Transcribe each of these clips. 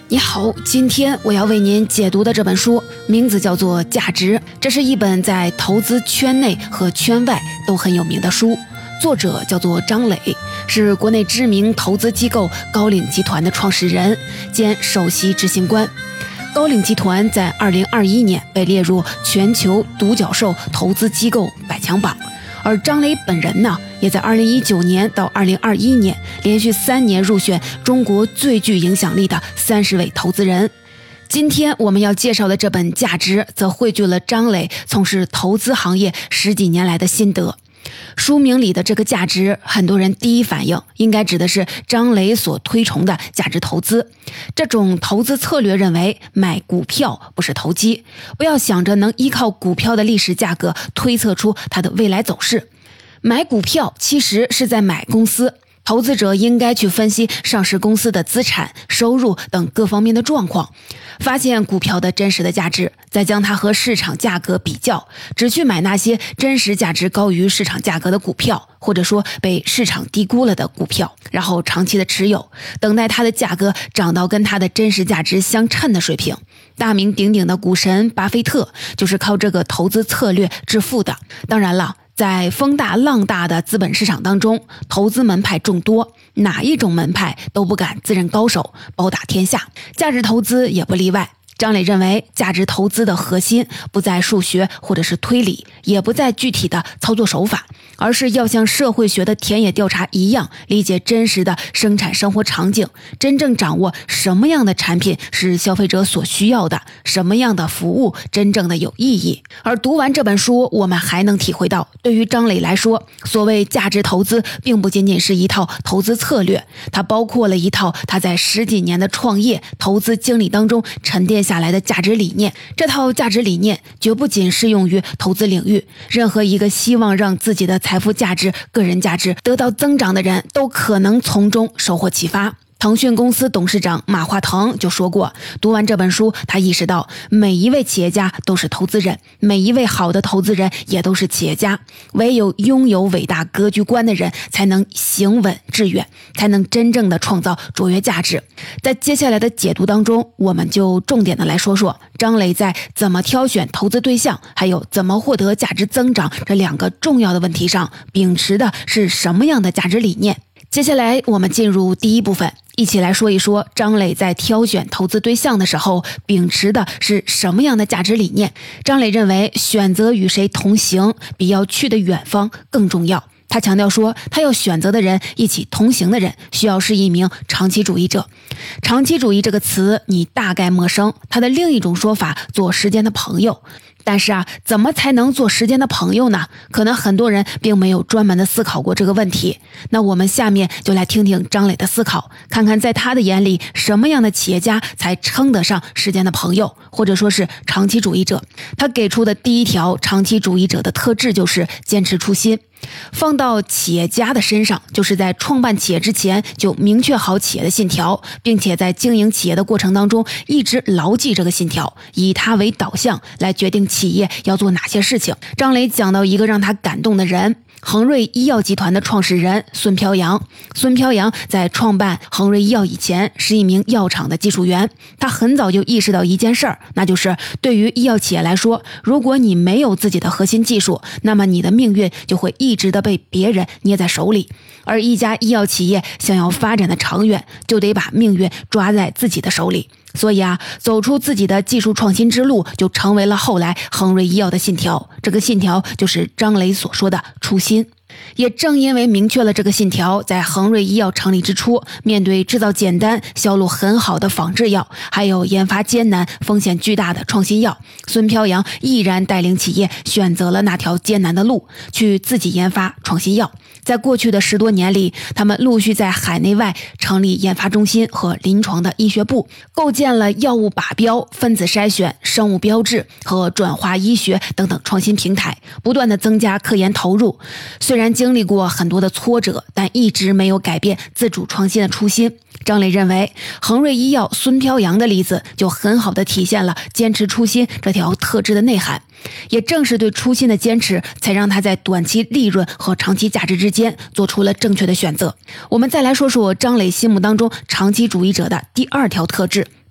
你好，今天我要为您解读的这本书名字叫做《价值》，这是一本在投资圈内和圈外都很有名的书，作者叫做张磊，是国内知名投资机构高瓴集团的创始人兼首席执行官。高瓴集团在2021年被列入全球独角兽投资机构100强榜，而张磊本人呢，也在2019年到2021年连续3年入选中国最具影响力的30位投资人。今天我们要介绍的这本《价值》则汇聚了张磊从事投资行业10几年来的心得。书名里的这个价值，很多人第一反应应该指的是张磊所推崇的价值投资。这种投资策略认为，买股票不是投机，不要想着能依靠股票的历史价格推测出它的未来走势。买股票其实是在买公司，投资者应该去分析上市公司的资产、收入等各方面的状况，发现股票的真实的价值，再将它和市场价格比较，只去买那些真实价值高于市场价格的股票，或者说被市场低估了的股票，然后长期的持有，等待它的价格涨到跟它的真实价值相称的水平。大名鼎鼎的股神巴菲特就是靠这个投资策略致富的。当然了，在风大浪大的资本市场当中，投资门派众多，哪一种门派都不敢自认高手，包打天下，价值投资也不例外。张磊认为，价值投资的核心不在数学或者是推理，也不在具体的操作手法，而是要像社会学的田野调查一样，理解真实的生产生活场景，真正掌握什么样的产品是消费者所需要的，什么样的服务真正的有意义。而读完这本书，我们还能体会到，对于张磊来说，所谓价值投资并不仅仅是一套投资策略，它包括了一套他在10几年的创业投资经历当中沉淀下来的价值理念。这套价值理念绝不仅适用于投资领域，任何一个希望让自己的财富价值、个人价值得到增长的人都可能从中收获启发。腾讯公司董事长马化腾就说过，读完这本书，他意识到每一位企业家都是投资人，每一位好的投资人也都是企业家，唯有拥有伟大格局观的人才能行稳致远，才能真正的创造卓越价值。在接下来的解读当中，我们就重点的来说说张磊在怎么挑选投资对象，还有怎么获得价值增长这2个重要的问题上秉持的是什么样的价值理念。接下来我们进入第一部分，一起来说一说张磊在挑选投资对象的时候秉持的是什么样的价值理念。张磊认为，选择与谁同行比要去的远方更重要。他强调说，他要选择的人，一起同行的人，需要是一名长期主义者。长期主义这个词你大概陌生，它的另一种说法做时间的朋友。但是怎么才能做时间的朋友呢？可能很多人并没有专门的思考过这个问题。那我们下面就来听听张磊的思考，看看在他的眼里，什么样的企业家才称得上时间的朋友，或者说是长期主义者。他给出的第一条长期主义者的特质就是坚持初心。放到企业家的身上，就是在创办企业之前就明确好企业的信条，并且在经营企业的过程当中一直牢记这个信条，以它为导向来决定企业要做哪些事情。张磊讲到一个让他感动的人，恒瑞医药集团的创始人孙飘扬。孙飘扬在创办恒瑞医药以前是一名药厂的技术员，他很早就意识到一件事儿，那就是对于医药企业来说，如果你没有自己的核心技术，那么你的命运就会一直的被别人捏在手里。而一家医药企业想要发展的长远，就得把命运抓在自己的手里。所以走出自己的技术创新之路，就成为了后来恒瑞医药的信条。这个信条就是张磊所说的初心。也正因为明确了这个信条，在恒瑞医药成立之初，面对制造简单、销路很好的仿制药，还有研发艰难、风险巨大的创新药，孙飘扬毅然带领企业选择了那条艰难的路，去自己研发创新药。在过去的10多年里，他们陆续在海内外成立研发中心和临床的医学部，构建了药物靶标、分子筛选、生物标志和转化医学等等创新平台，不断的增加科研投入。虽然经历过很多的挫折，但一直没有改变自主创新的初心。张磊认为，恒瑞医药孙飘扬的例子就很好的体现了坚持初心这条特质的内涵。也正是对初心的坚持，才让他在短期利润和长期价值之间做出了正确的选择。我们再来说说张磊心目当中长期主义者的第2条特质，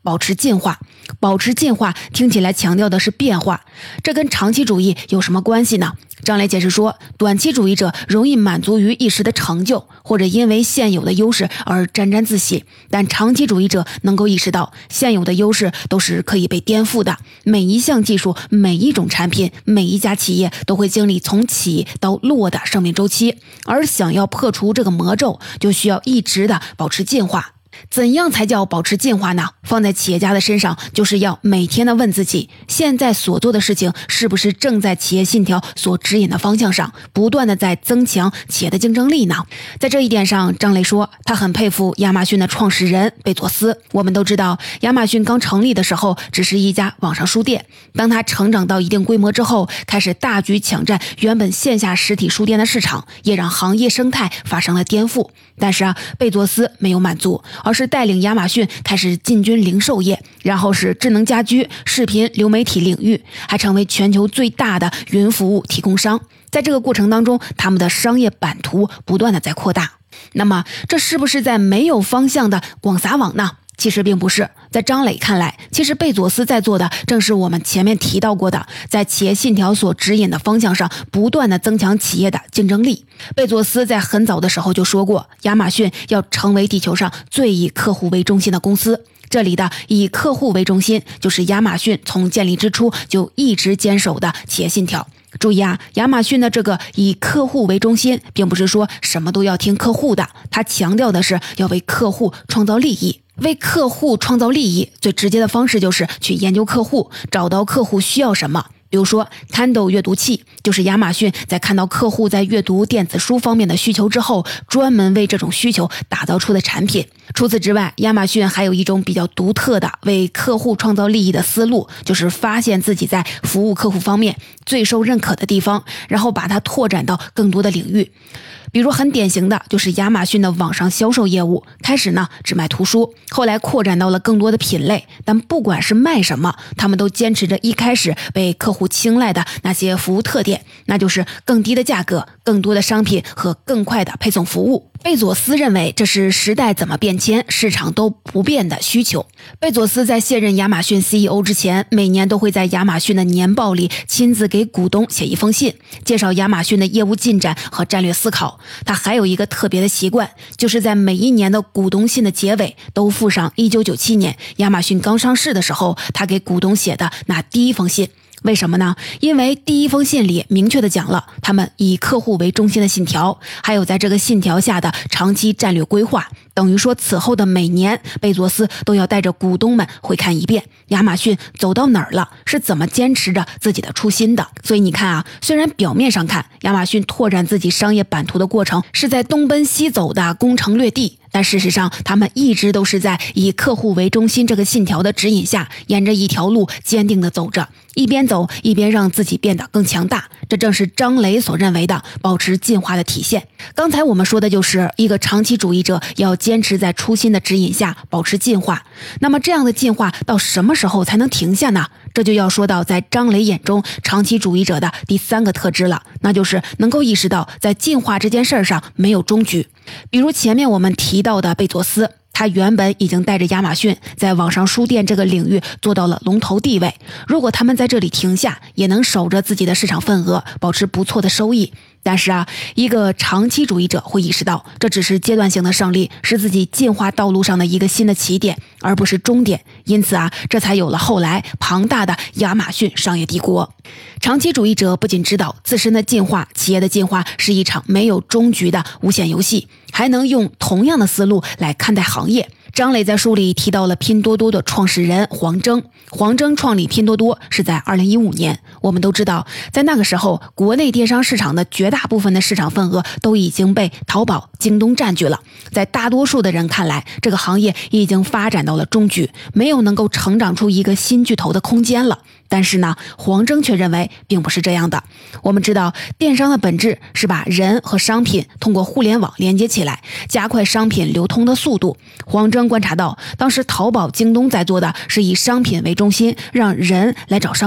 保持进化。保持进化听起来强调的是变化，这跟长期主义有什么关系呢？张磊解释说，短期主义者容易满足于一时的成就，或者因为现有的优势而沾沾自喜，但长期主义者能够意识到现有的优势都是可以被颠覆的，每一项技术、每一种产品、每一家企业都会经历从起到落的生命周期，而想要破除这个魔咒，就需要一直的保持进化。怎样才叫保持进化呢？放在企业家的身上，就是要每天的问自己，现在所做的事情是不是正在企业信条所指引的方向上，不断的在增强企业的竞争力呢？在这一点上，张磊说他很佩服亚马逊的创始人贝佐斯。我们都知道，亚马逊刚成立的时候只是一家网上书店，当他成长到一定规模之后，开始大举抢占原本线下实体书店的市场，也让行业生态发生了颠覆。但是贝佐斯没有满足，而是带领亚马逊开始进军零售业，然后是智能家居、视频、流媒体领域，还成为全球最大的云服务提供商。在这个过程当中，他们的商业版图不断的在扩大。那么这是不是在没有方向的广撒网呢？其实并不是，在张磊看来，其实贝佐斯在做的正是我们前面提到过的，在企业信条所指引的方向上不断的增强企业的竞争力。贝佐斯在很早的时候就说过，亚马逊要成为地球上最以客户为中心的公司。这里的以客户为中心，就是亚马逊从建立之初就一直坚守的企业信条。注意啊，亚马逊的这个以客户为中心，并不是说什么都要听客户的，它强调的是要为客户创造利益。为客户创造利益，最直接的方式就是去研究客户，找到客户需要什么。比如说 Kindle 阅读器，就是亚马逊在看到客户在阅读电子书方面的需求之后，专门为这种需求打造出的产品。除此之外，亚马逊还有一种比较独特的为客户创造利益的思路，就是发现自己在服务客户方面最受认可的地方，然后把它拓展到更多的领域。比如很典型的就是亚马逊的网上销售业务，开始呢只卖图书，后来扩展到了更多的品类，但不管是卖什么，他们都坚持着一开始被客户青睐的那些服务特点，那就是更低的价格、更多的商品和更快的配送服务。贝佐斯认为这是时代怎么变迁，市场都不变的需求。贝佐斯在卸任亚马逊 CEO 之前，每年都会在亚马逊的年报里亲自给股东写一封信，介绍亚马逊的业务进展和战略思考。他还有一个特别的习惯，就是在每一年的股东信的结尾都附上1997年亚马逊刚上市的时候他给股东写的那第一封信。为什么呢？因为第一封信里明确的讲了他们以客户为中心的信条，还有在这个信条下的长期战略规划。等于说此后的每年，贝佐斯都要带着股东们回看一遍亚马逊走到哪儿了，是怎么坚持着自己的初心的。所以你看啊，虽然表面上看亚马逊拓展自己商业版图的过程是在东奔西走的攻城略地，但事实上他们一直都是在以客户为中心这个信条的指引下，沿着一条路坚定地走着，一边走一边让自己变得更强大。这正是张磊所认为的保持进化的体现。刚才我们说的就是一个长期主义者要坚持在初心的指引下保持进化。那么这样的进化到什么时候才能停下呢？这就要说到在张磊眼中长期主义者的第三个特质了，那就是能够意识到在进化这件事上没有终局。比如前面我们提到的贝佐斯，他原本已经带着亚马逊在网上书店这个领域做到了龙头地位，如果他们在这里停下，也能守着自己的市场份额，保持不错的收益。但是一个长期主义者会意识到，这只是阶段性的胜利，是自己进化道路上的一个新的起点，而不是终点。因此这才有了后来庞大的亚马逊商业帝国。长期主义者不仅知道自身的进化、企业的进化是一场没有终局的无限游戏，还能用同样的思路来看待行业。张磊在书里提到了拼多多的创始人黄峥。黄峥创立拼多多是在2015年。我们都知道，在那个时候，国内电商市场的绝大部分的市场份额都已经被淘宝、京东占据了。在大多数的人看来，这个行业已经发展到了终局，没有能够成长出一个新巨头的空间了。但是呢，黄峥却认为并不是这样的。我们知道，电商的本质是把人和商品通过互联网连接起来，加快商品流通的速度。黄峥观察到，当时淘宝、京东在做的是以商品为中心，让人来找商品。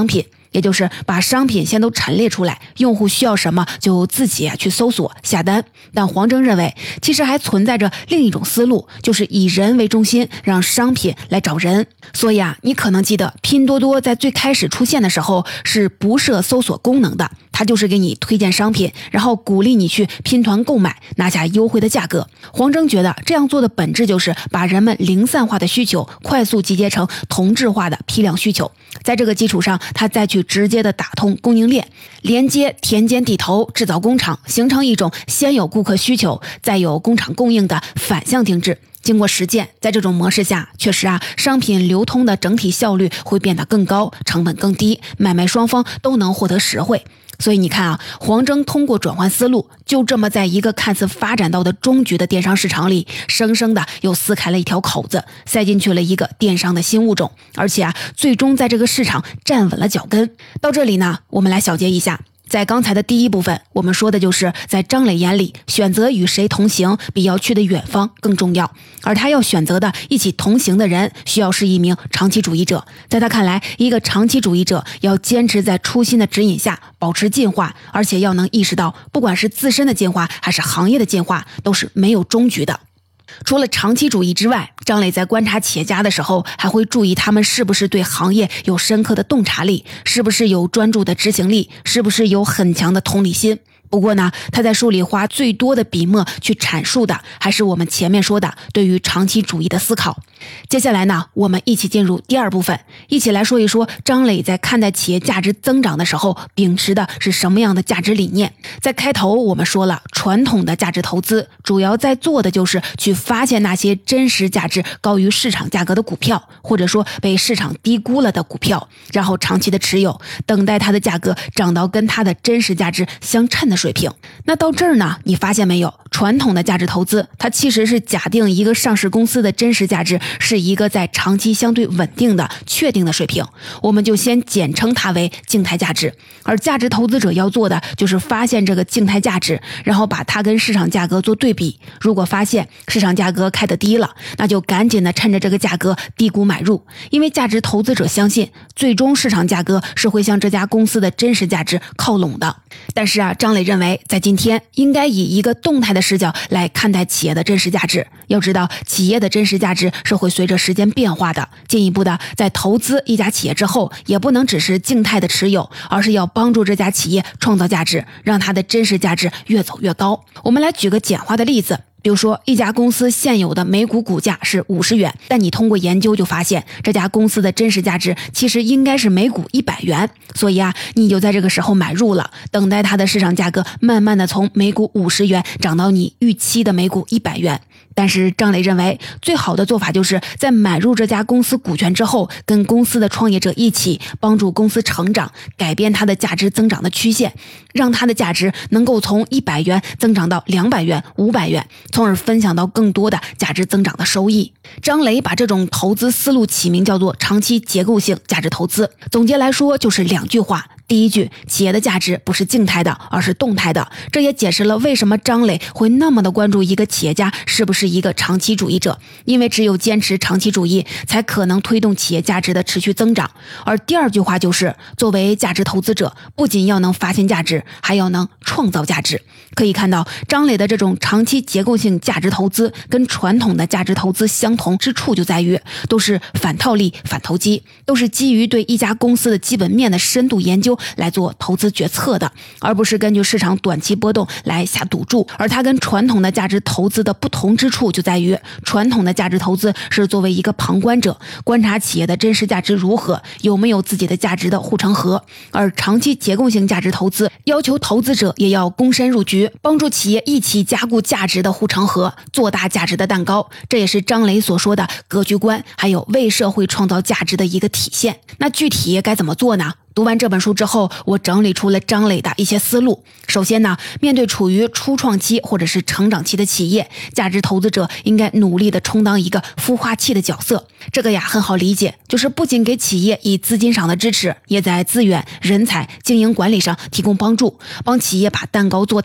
也就是把商品先都陈列出来，用户需要什么就自己去搜索下单。但黄峥认为，其实还存在着另一种思路，就是以人为中心，让商品来找人。所以你可能记得拼多多在最开始出现的时候是不设搜索功能的，它就是给你推荐商品，然后鼓励你去拼团购买，拿下优惠的价格。黄峥觉得这样做的本质就是把人们零散化的需求快速集结成同质化的批量需求，在这个基础上，他再去直接的打通供应链，连接田间地头、制造工厂，形成一种先有顾客需求，再有工厂供应的反向定制。经过实践，在这种模式下，确实商品流通的整体效率会变得更高，成本更低，买卖双方都能获得实惠。所以你看黄峥通过转换思路，就这么在一个看似发展到的终局的电商市场里，生生的又撕开了一条口子，塞进去了一个电商的新物种，而且最终在这个市场站稳了脚跟。到这里呢，我们来小结一下。在刚才的第一部分，我们说的就是在张磊眼里，选择与谁同行比要去的远方更重要，而他要选择的一起同行的人需要是一名长期主义者。在他看来，一个长期主义者要坚持在初心的指引下保持进化，而且要能意识到不管是自身的进化还是行业的进化都是没有终局的。除了长期主义之外，张磊在观察企业家的时候，还会注意他们是不是对行业有深刻的洞察力，是不是有专注的执行力，是不是有很强的同理心。不过呢，他在书里花最多的笔墨去阐述的，还是我们前面说的对于长期主义的思考。接下来呢，我们一起进入第二部分，一起来说一说张磊在看待企业价值增长的时候，秉持的是什么样的价值理念。在开头我们说了，传统的价值投资主要在做的就是去发现那些真实价值高于市场价格的股票，或者说被市场低估了的股票，然后长期的持有，等待它的价格涨到跟它的真实价值相称的水平。那到这儿呢，你发现没有，传统的价值投资它其实是假定一个上市公司的真实价值是一个在长期相对稳定的确定的水平，我们就先简称它为静态价值。而价值投资者要做的就是发现这个静态价值，然后把它跟市场价格做对比，如果发现市场价格开得低了，那就赶紧的趁着这个价格低估买入，因为价值投资者相信最终市场价格是会向这家公司的真实价值靠拢的。但是张磊认为在今天应该以一个动态的视角来看待企业的真实价值。要知道，企业的真实价值是会随着时间变化的，进一步的在投资一家企业之后，也不能只是静态的持有，而是要帮助这家企业创造价值，让它的真实价值越走越高。我们来举个简化的例子，比如说一家公司现有的每股股价是50元，但你通过研究就发现这家公司的真实价值其实应该是每股100元，所以你就在这个时候买入了，等待它的市场价格慢慢的从每股50元涨到你预期的每股100元。但是张磊认为，最好的做法就是在买入这家公司股权之后，跟公司的创业者一起帮助公司成长，改变它的价值增长的曲线，让它的价值能够从100元增长到200元、500元，从而分享到更多的价值增长的收益。张磊把这种投资思路起名叫做长期结构性价值投资。总结来说就是2句话。第一句，企业的价值不是静态的，而是动态的。这也解释了为什么张磊会那么的关注一个企业家是不是一个长期主义者，因为只有坚持长期主义，才可能推动企业价值的持续增长。而第二句话就是，作为价值投资者，不仅要能发现价值，还要能创造价值。可以看到，张磊的这种长期结构性价值投资跟传统的价值投资相同之处就在于，都是反套利、反投机，都是基于对一家公司的基本面的深度研究来做投资决策的，而不是根据市场短期波动来下赌注。而它跟传统的价值投资的不同之处就在于，传统的价值投资是作为一个旁观者，观察企业的真实价值如何，有没有自己的价值的护城河；而长期结构性价值投资要求投资者也要躬身入局，帮助企业一起加固价值的护城河，做大价值的蛋糕。这也是张磊所说的格局观，还有为社会创造价值的一个体现。那具体该怎么做呢？读完这本书之后，我整理出了张磊的一些思路。首先呢，面对处于初创期或者是成长期的企业，价值投资者应该努力的充当一个孵化器的角色。这个很好理解，就是不仅给企业以资金上的支持，也在资源、人才、经营管理上提供帮助，帮企业把蛋糕做大。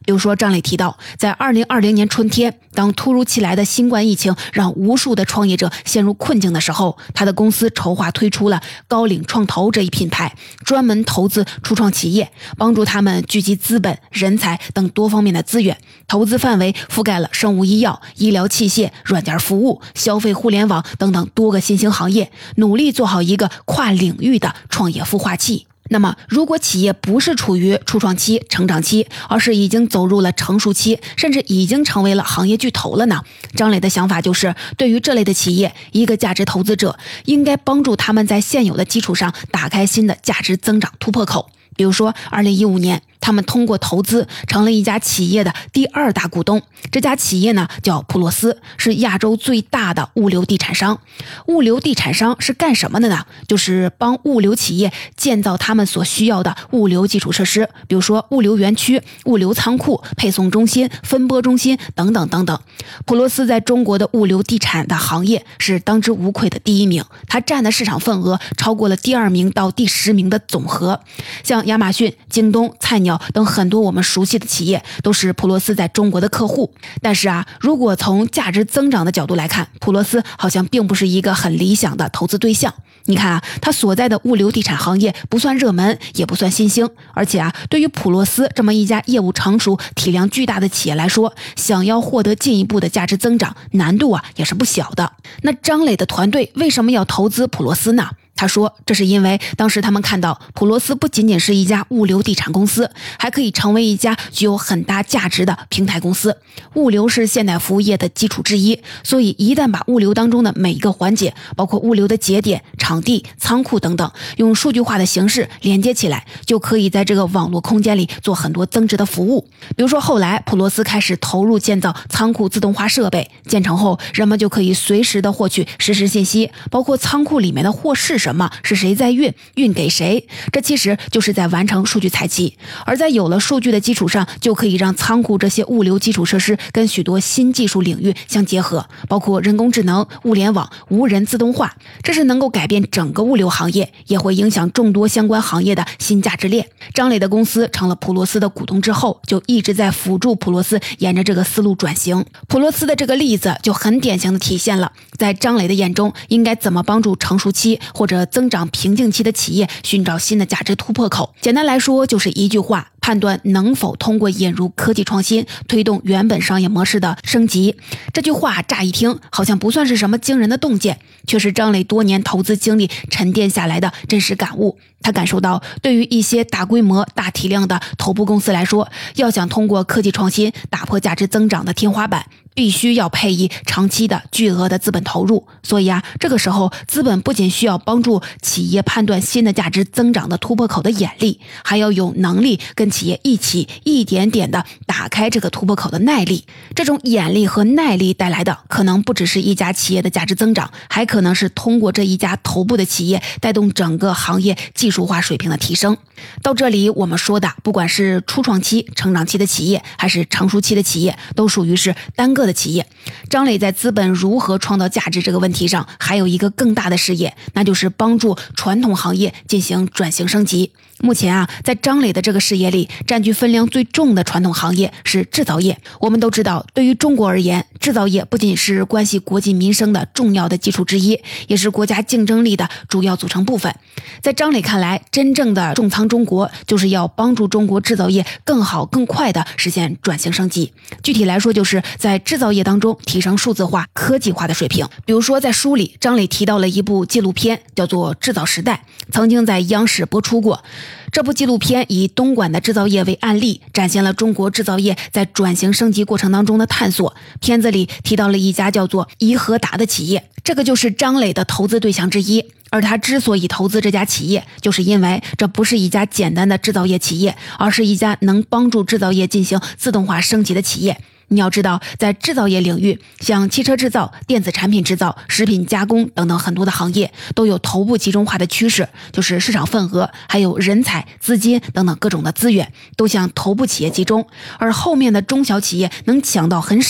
比如说张磊提到，在2020年春天，当突如其来的新冠疫情让无数的创业者陷入困境的时候，他的公司筹划推出了高瓴创投这一品牌，专门投资初创企业，帮助他们聚集资本、人才等多方面的资源，投资范围覆盖了生物医药、医疗器械、软件服务、消费互联网等等多个新兴行业，努力做好一个跨领域的创业孵化器。那么如果企业不是处于初创期、成长期，而是已经走入了成熟期，甚至已经成为了行业巨头了呢？张磊的想法就是，对于这类的企业，一个价值投资者应该帮助他们在现有的基础上打开新的价值增长突破口。比如说2015年，他们通过投资成了一家企业的第2大股东，这家企业呢叫普洛斯，是亚洲最大的物流地产商。物流地产商是干什么的呢？就是帮物流企业建造他们所需要的物流基础设施，比如说物流园区、物流仓库、配送中心、分拨中心等等等等。普洛斯在中国的物流地产的行业是当之无愧的第1名，它占的市场份额超过了第2名到第10名的总和。像亚马逊、京东、菜鸟等很多我们熟悉的企业都是普洛斯在中国的客户。但是如果从价值增长的角度来看，普洛斯好像并不是一个很理想的投资对象。你看它所在的物流地产行业不算热门，也不算新兴，而且对于普洛斯这么一家业务成熟、体量巨大的企业来说，想要获得进一步的价值增长，难度也是不小的。那张磊的团队为什么要投资普洛斯呢？他说，这是因为当时他们看到普洛斯不仅仅是一家物流地产公司，还可以成为一家具有很大价值的平台公司。物流是现代服务业的基础之一，所以一旦把物流当中的每一个环节，包括物流的节点、场地、仓库等等，用数据化的形式连接起来，就可以在这个网络空间里做很多增值的服务。比如说后来普洛斯开始投入建造仓库自动化设备，建成后人们就可以随时的获取实时信息，包括仓库里面的货是什么，是谁在运给谁，这其实就是在完成数据采集。而在有了数据的基础上，就可以让仓库这些物流基础设施跟许多新技术领域相结合，包括人工智能、物联网、无人自动化，这是能够改变整个物流行业，也会影响众多相关行业的新价值链。张磊的公司成了普洛斯的股东之后，就一直在辅助普洛斯沿着这个思路转型。普洛斯的这个例子就很典型的体现了，在张磊的眼中，应该怎么帮助成熟期或者增长瓶颈期的企业寻找新的价值突破口。简单来说，就是一句话，判断能否通过引入科技创新推动原本商业模式的升级。这句话乍一听好像不算是什么惊人的洞见，却是张磊多年投资经历沉淀下来的真实感悟。他感受到，对于一些大规模、大体量的头部公司来说，要想通过科技创新打破价值增长的天花板，必须要配以长期的巨额的资本投入。所以这个时候资本不仅需要帮助企业判断新的价值增长的突破口的眼力，还要有能力跟企业一起一点点的打开这个突破口的耐力。这种眼力和耐力带来的可能不只是一家企业的价值增长，还可能是通过这一家头部的企业带动整个行业技术化水平的提升。到这里我们说的，不管是初创期、成长期的企业，还是成熟期的企业，都属于是单个的企业。张磊在资本如何创造价值这个问题上，还有一个更大的视野，那就是帮助传统行业进行转型升级。目前在张磊的这个视野里，占据分量最重的传统行业是制造业。我们都知道，对于中国而言，制造业不仅是关系国计民生的重要的基础之一，也是国家竞争力的主要组成部分。在张磊看来，真正的重仓中国，就是要帮助中国制造业更好更快的实现转型升级。具体来说，就是在制造业当中提升数字化、科技化的水平。比如说在书里，张磊提到了一部纪录片，叫做《制造时代》，曾经在央视播出过。这部纪录片以东莞的制造业为案例，展现了中国制造业在转型升级过程当中的探索。片子里提到了一家叫做怡和达的企业，这个就是张磊的投资对象之一。而他之所以投资这家企业，就是因为这不是一家简单的制造业企业，而是一家能帮助制造业进行自动化升级的企业。你要知道，在制造业领域，像汽车制造、电子产品制造、食品加工等等很多的行业都有头部集中化的趋势，就是市场份额还有人才、资金等等各种的资源都向头部企业集中，而后面的中小企业能抢到很少。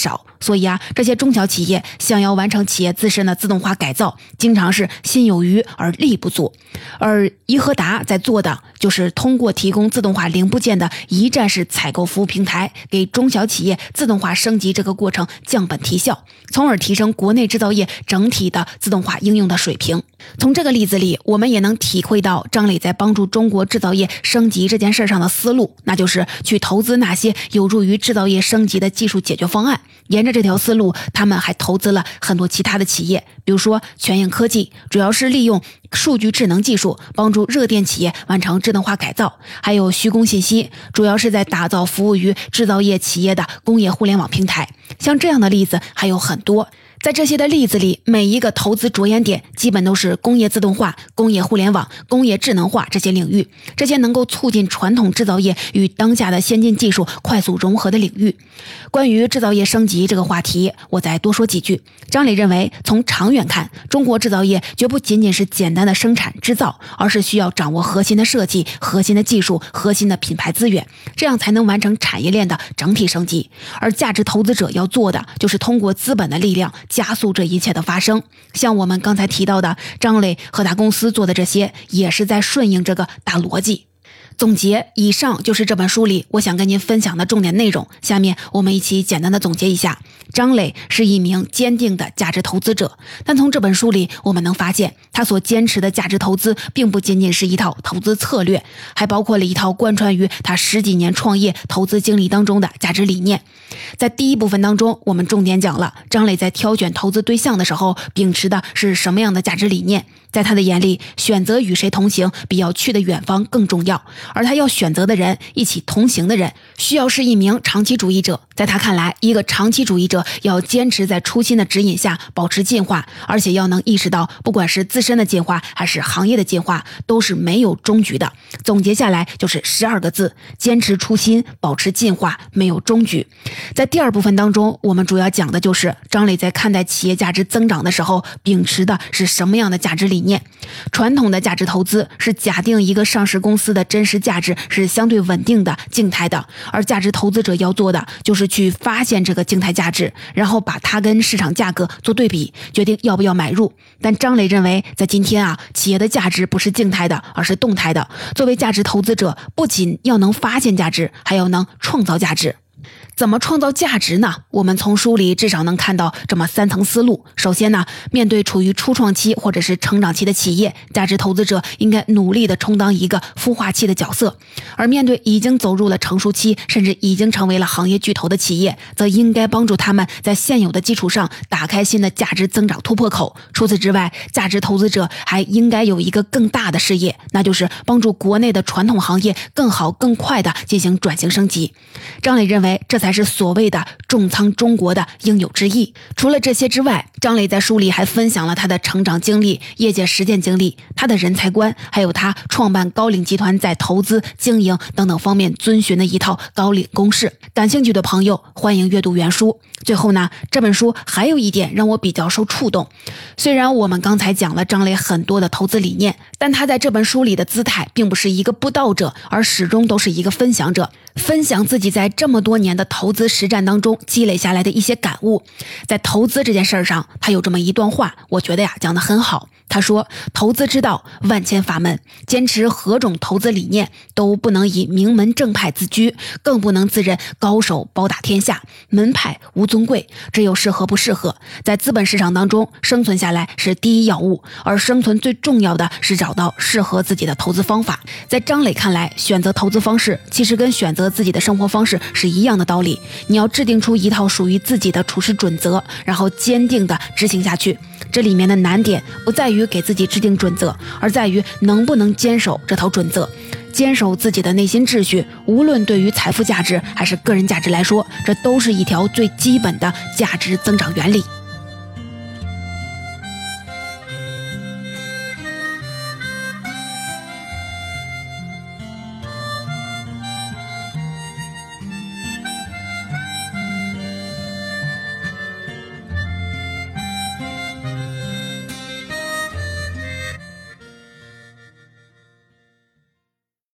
所以这些中小企业想要完成企业自身的自动化改造，经常是心有余而力不足。而怡和达在做的就是通过提供自动化零部件的一站式采购服务平台，给中小企业自动化升级这个过程降本提效，从而提升国内制造业整体的自动化应用的水平。从这个例子里，我们也能体会到张磊在帮助中国制造业升级这件事上的思路，那就是去投资那些有助于制造业升级的技术解决方案。沿着这条思路，他们还投资了很多其他的企业，比如说全影科技，主要是利用数据智能技术帮助热电企业完成智能化改造，还有虚工信息，主要是在打造服务于制造业企业的工业互联网平台。像这样的例子还有很多。在这些的例子里，每一个投资着眼点基本都是工业自动化、工业互联网、工业智能化这些领域，这些能够促进传统制造业与当下的先进技术快速融合的领域。关于制造业升级这个话题，我再多说几句。张磊认为，从长远看，中国制造业绝不仅仅是简单的生产制造，而是需要掌握核心的设计、核心的技术、核心的品牌资源，这样才能完成产业链的整体升级。而价值投资者要做的，就是通过资本的力量加速这一切的发生。像我们刚才提到的，张磊和他公司做的这些，也是在顺应这个大逻辑。总结，以上就是这本书里我想跟您分享的重点内容。下面我们一起简单的总结一下。张磊是一名坚定的价值投资者，但从这本书里我们能发现，他所坚持的价值投资并不仅仅是一套投资策略，还包括了一套贯穿于他10几年创业投资经历当中的价值理念。在第一部分当中，我们重点讲了张磊在挑选投资对象的时候秉持的是什么样的价值理念。在他的眼里，选择与谁同行比要去的远方更重要，而他要选择的人，一起同行的人，需要是一名长期主义者。在他看来，一个长期主义者要坚持在初心的指引下保持进化，而且要能意识到，不管是自身的进化还是行业的进化，都是没有终局的。总结下来就是12个字：坚持初心，保持进化，没有终局。在第二部分当中，我们主要讲的就是张磊在看待企业价值增长的时候秉持的是什么样的价值理念。传统的价值投资是假定一个上市公司的真实价值是相对稳定的、静态的，而价值投资者要做的就是去发现这个静态价值，然后把它跟市场价格做对比，决定要不要买入。但张磊认为，在今天企业的价值不是静态的，而是动态的。作为价值投资者，不仅要能发现价值，还要能创造价值。怎么创造价值呢？我们从书里至少能看到这么3层思路。首先呢，面对处于初创期或者是成长期的企业，价值投资者应该努力的充当一个孵化器的角色；而面对已经走入了成熟期，甚至已经成为了行业巨头的企业，则应该帮助他们在现有的基础上打开新的价值增长突破口。除此之外，价值投资者还应该有一个更大的事业，那就是帮助国内的传统行业更好更快的进行转型升级。张磊认为，这才是所谓的重仓中国的应有之义。除了这些之外，张磊在书里还分享了他的成长经历、业界实践经历、他的人才观，还有他创办高瓴集团在投资、经营等等方面遵循的一套高瓴公式。感兴趣的朋友欢迎阅读原书。最后呢，这本书还有一点让我比较受触动。虽然我们刚才讲了张磊很多的投资理念，但他在这本书里的姿态并不是一个布道者，而始终都是一个分享者，分享自己在这么多年的投资实战当中积累下来的一些感悟。在投资这件事上，他有这么一段话，我觉得讲得很好。他说，投资之道万千法门，坚持何种投资理念都不能以名门正派自居，更不能自认高手包打天下，门派无尊贵，只有适合不适合。在资本市场当中生存下来是第一要务，而生存最重要的是找到适合自己的投资方法。在张磊看来，选择投资方式其实跟选择自己的生活方式是一样的道理，你要制定出一套属于自己的处事准则，然后坚定的执行下去。这里面的难点不在于给自己制定准则，而在于能不能坚守这套准则，坚守自己的内心秩序。无论对于财富价值还是个人价值来说，这都是一条最基本的价值增长原理。